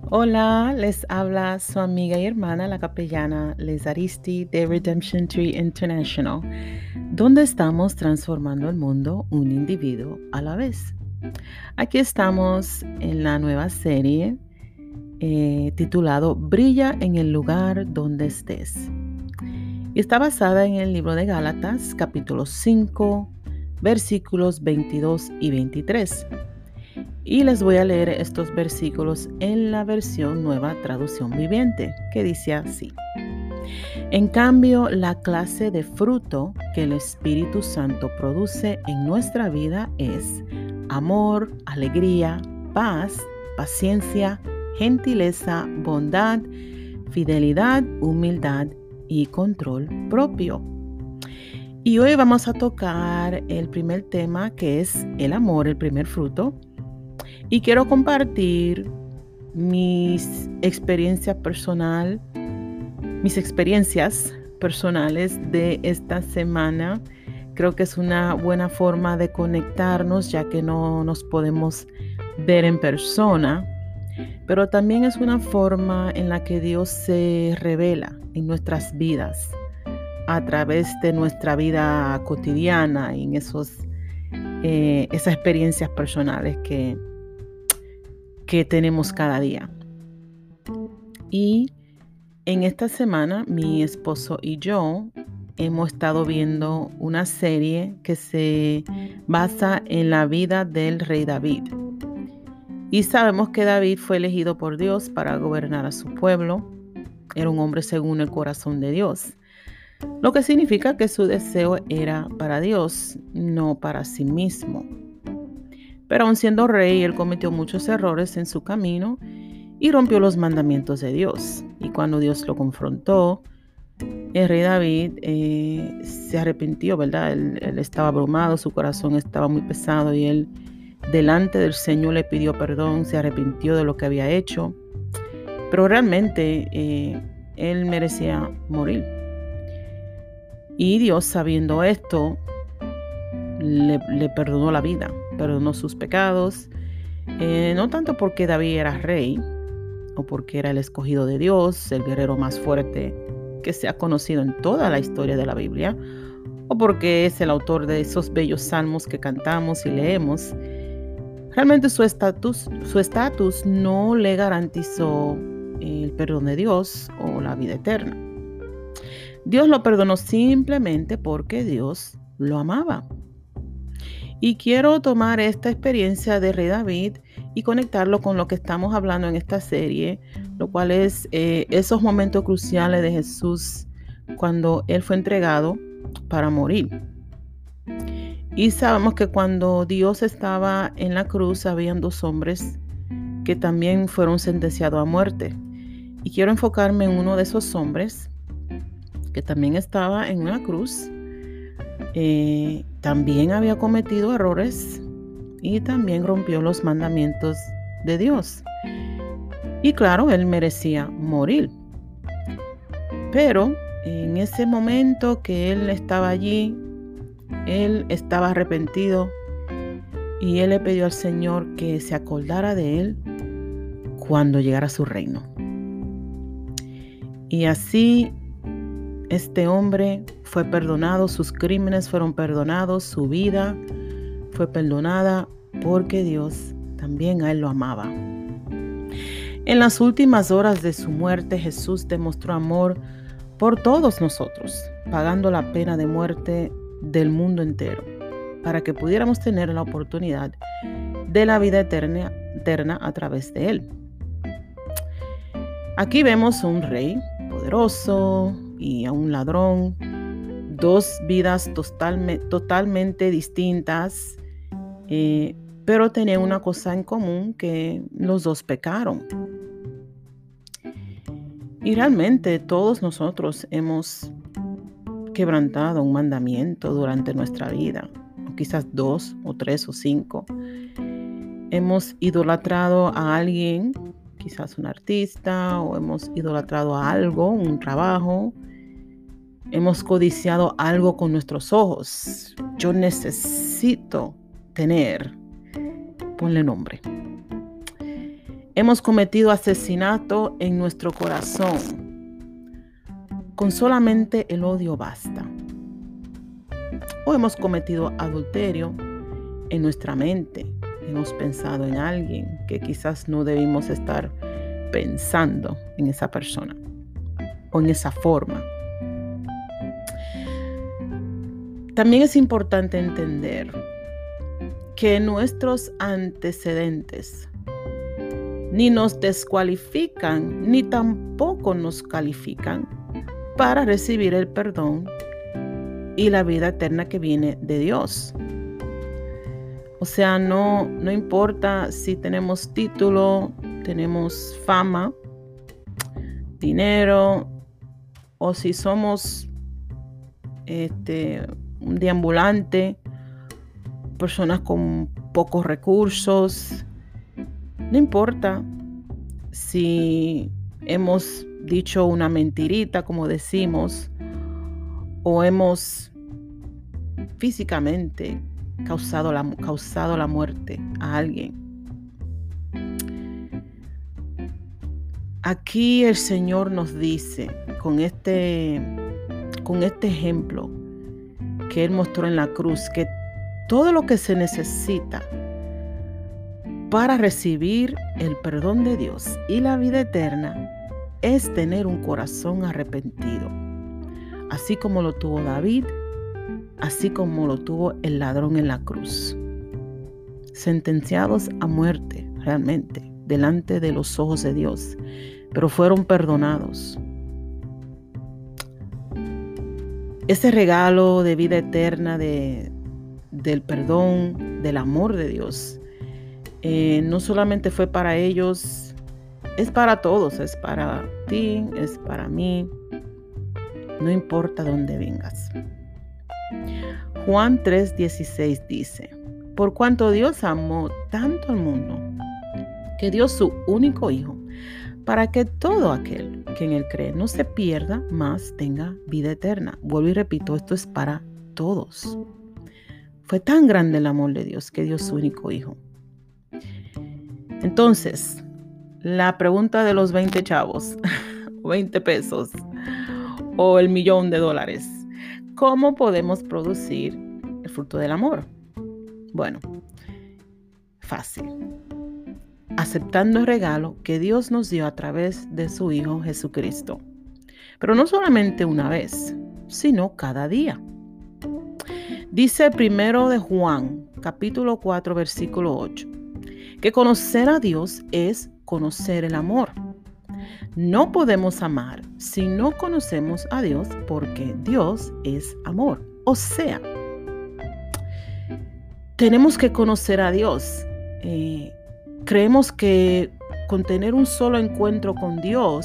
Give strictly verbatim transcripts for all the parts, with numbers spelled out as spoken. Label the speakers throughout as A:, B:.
A: Hola, les habla su amiga y hermana, la capellana Les Aristi de Redemption Tree International, donde estamos transformando el mundo un individuo a la vez. Aquí estamos en la nueva serie eh, titulado Brilla en el lugar donde estés. Y está basada en el libro de Gálatas, capítulo cinco, versículos veintidós y veintitrés. Y les voy a leer estos versículos en la versión Nueva Traducción Viviente, que dice así. En cambio, la clase de fruto que el Espíritu Santo produce en nuestra vida es amor, alegría, paz, paciencia, gentileza, bondad, fidelidad, humildad y control propio. Y hoy vamos a tocar el primer tema, que es el amor, el primer fruto. Y quiero compartir mis experiencias personal, mis experiencias personales de esta semana. Creo que es una buena forma de conectarnos, ya que no nos podemos ver en persona, pero también es una forma en la que Dios se revela en nuestras vidas a través de nuestra vida cotidiana y en esos, eh, esas experiencias personales que que tenemos cada día. Y en esta semana mi esposo y yo hemos estado viendo una serie que se basa en la vida del rey David. Y sabemos que David fue elegido por Dios para gobernar a su pueblo. Era un hombre según el corazón de Dios, lo que significa que su deseo era para Dios, no para sí mismo. Pero aun siendo rey, él cometió muchos errores en su camino y rompió los mandamientos de Dios. Y cuando Dios lo confrontó, el rey David eh, se arrepintió, ¿verdad? Él, él estaba abrumado, su corazón estaba muy pesado y él delante del Señor le pidió perdón, se arrepintió de lo que había hecho. Pero realmente eh, él merecía morir. Y Dios, sabiendo esto, le, le perdonó la vida. Perdonó sus pecados, eh, no tanto porque David era rey o porque era el escogido de Dios, el guerrero más fuerte que se ha conocido en toda la historia de la Biblia, o porque es el autor de esos bellos salmos que cantamos y leemos. Realmente su estatus, su estatus no le garantizó el perdón de Dios o la vida eterna. Dios lo perdonó simplemente porque Dios lo amaba. Y quiero tomar esta experiencia de rey David y conectarlo con lo que estamos hablando en esta serie, lo cual es eh, esos momentos cruciales de Jesús cuando Él fue entregado para morir. Y sabemos que cuando Dios estaba en la cruz, habían dos hombres que también fueron sentenciados a muerte. Y quiero enfocarme en uno de esos hombres que también estaba en una cruz. Eh, también había cometido errores y también rompió los mandamientos de Dios. Y claro, él merecía morir. Pero en ese momento que él estaba allí, él estaba arrepentido y él le pidió al Señor que se acordara de él cuando llegara a su reino. Y así este hombre fue perdonado, sus crímenes fueron perdonados, su vida fue perdonada porque Dios también a él lo amaba. En las últimas horas de su muerte, Jesús demostró amor por todos nosotros, pagando la pena de muerte del mundo entero, para que pudiéramos tener la oportunidad de la vida eterna, eterna a través de él. Aquí vemos un rey poderoso y a un ladrón, dos vidas totalme, totalmente distintas, eh, pero tenían una cosa en común, que los dos pecaron. Y realmente todos nosotros hemos quebrantado un mandamiento durante nuestra vida, o quizás dos o tres o cinco. Hemos idolatrado a alguien, quizás un artista, o hemos idolatrado a algo, un trabajo. Hemos codiciado algo con nuestros ojos. Yo necesito tener, ponle nombre. Hemos cometido asesinato en nuestro corazón. Con solamente el odio basta. O hemos cometido adulterio en nuestra mente. Hemos pensado en alguien que quizás no debimos estar pensando en esa persona o en esa forma. También es importante entender que nuestros antecedentes ni nos descualifican ni tampoco nos califican para recibir el perdón y la vida eterna que viene de Dios. O sea, no, no importa si tenemos título, tenemos fama, dinero, o si somos este, un deambulante, personas con pocos recursos. No importa si hemos dicho una mentirita, como decimos, o hemos físicamente causado la, causado la muerte a alguien. Aquí el Señor nos dice con este, con este ejemplo que Él mostró en la cruz, que todo lo que se necesita para recibir el perdón de Dios y la vida eterna es tener un corazón arrepentido, así como lo tuvo David, así como lo tuvo el ladrón en la cruz, sentenciados a muerte realmente delante de los ojos de Dios, pero fueron perdonados. Ese regalo de vida eterna, de, del perdón, del amor de Dios, eh, no solamente fue para ellos, es para todos, es para ti, es para mí, no importa dónde vengas. Juan tres dieciséis dice: por cuanto Dios amó tanto al mundo, que dio su único Hijo, para que todo aquel que en Él cree no se pierda, mas tenga vida eterna. Vuelvo y repito, esto es para todos. Fue tan grande el amor de Dios que dio su único Hijo. Entonces, la pregunta de los veinte chavos, veinte pesos o el millón de dólares: ¿cómo podemos producir el fruto del amor? Bueno, fácil. Aceptando el regalo que Dios nos dio a través de su Hijo Jesucristo. Pero no solamente una vez, sino cada día. Dice primero de Juan, capítulo cuatro, versículo ocho, que conocer a Dios es conocer el amor. No podemos amar si no conocemos a Dios, porque Dios es amor. O sea, tenemos que conocer a Dios. Eh, creemos que con tener un solo encuentro con Dios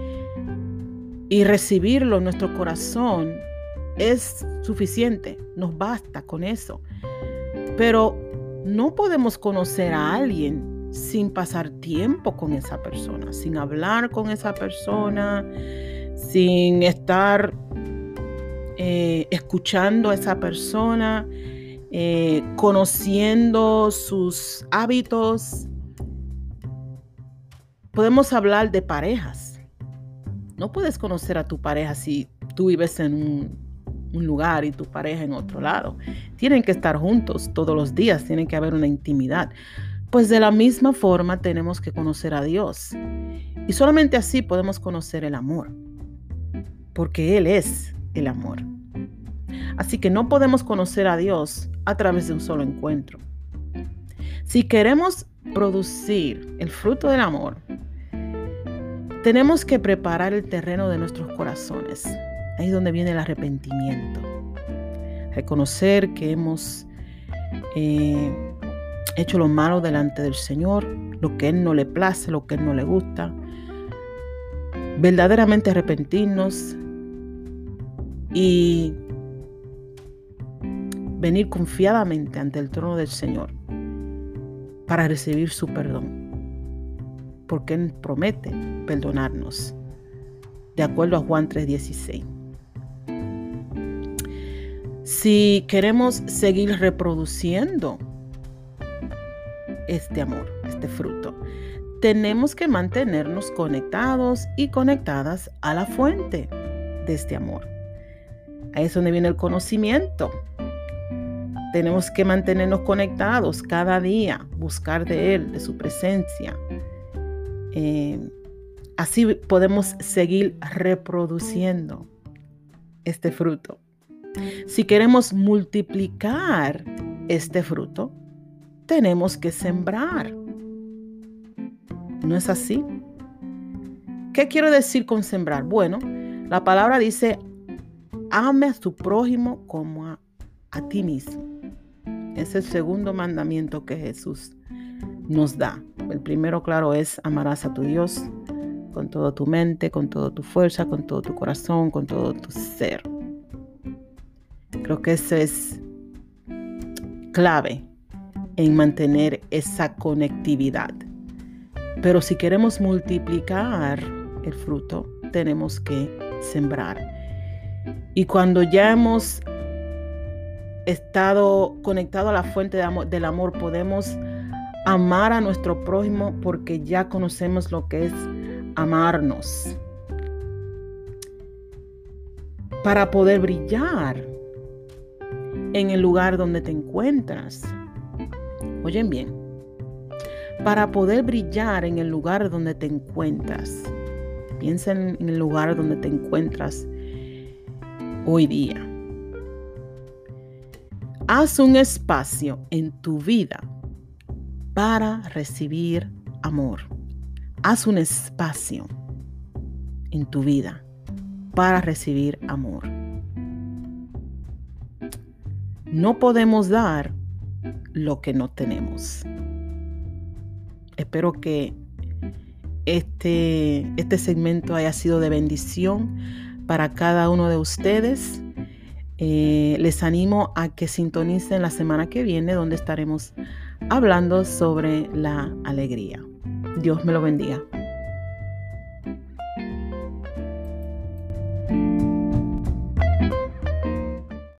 A: y recibirlo en nuestro corazón es suficiente, nos basta con eso. Pero no podemos conocer a alguien sin pasar tiempo con esa persona, sin hablar con esa persona, sin estar eh, escuchando a esa persona, eh, conociendo sus hábitos. Podemos hablar de parejas. No puedes conocer a tu pareja si tú vives en un, un lugar y tu pareja en otro lado. Tienen que estar juntos todos los días, tiene que haber una intimidad. Pues de la misma forma tenemos que conocer a Dios. Y solamente así podemos conocer el amor, porque Él es el amor. Así que no podemos conocer a Dios a través de un solo encuentro. Si queremos producir el fruto del amor, tenemos que preparar el terreno de nuestros corazones. Ahí es donde viene el arrepentimiento. Reconocer que hemos eh, hecho lo malo delante del Señor, lo que a Él no le place, lo que a Él no le gusta. Verdaderamente arrepentirnos y venir confiadamente ante el trono del Señor para recibir su perdón, porque Él promete perdonarnos, de acuerdo a Juan tres dieciséis. Si queremos seguir reproduciendo este amor, este fruto, tenemos que mantenernos conectados y conectadas a la fuente de este amor. Ahí es donde viene el conocimiento. Tenemos que mantenernos conectados cada día, buscar de Él, de su presencia. Eh, así podemos seguir reproduciendo este fruto. Si queremos multiplicar este fruto, tenemos que sembrar. ¿No es así? ¿Qué quiero decir con sembrar? Bueno, la palabra dice, ame a tu prójimo como a, a ti mismo. Es el segundo mandamiento que Jesús nos da. El primero, claro, es amarás a tu Dios con toda tu mente, con toda tu fuerza, con todo tu corazón, con todo tu ser. Creo que eso es clave en mantener esa conectividad. Pero si queremos multiplicar el fruto, tenemos que sembrar. Y cuando ya hemos estado conectados a la fuente de amor, del amor, podemos amar a nuestro prójimo porque ya conocemos lo que es amarnos. Para poder brillar en el lugar donde te encuentras. Oyen bien. Para poder brillar en el lugar donde te encuentras. Piensa en el lugar donde te encuentras hoy día. Haz un espacio en tu vida para recibir amor. Haz un espacio en tu vida para recibir amor. No podemos dar lo que no tenemos. Espero que este, este segmento haya sido de bendición para cada uno de ustedes. Eh, les animo a que sintonicen la semana que viene, donde estaremos hablando sobre la alegría. Dios me lo bendiga.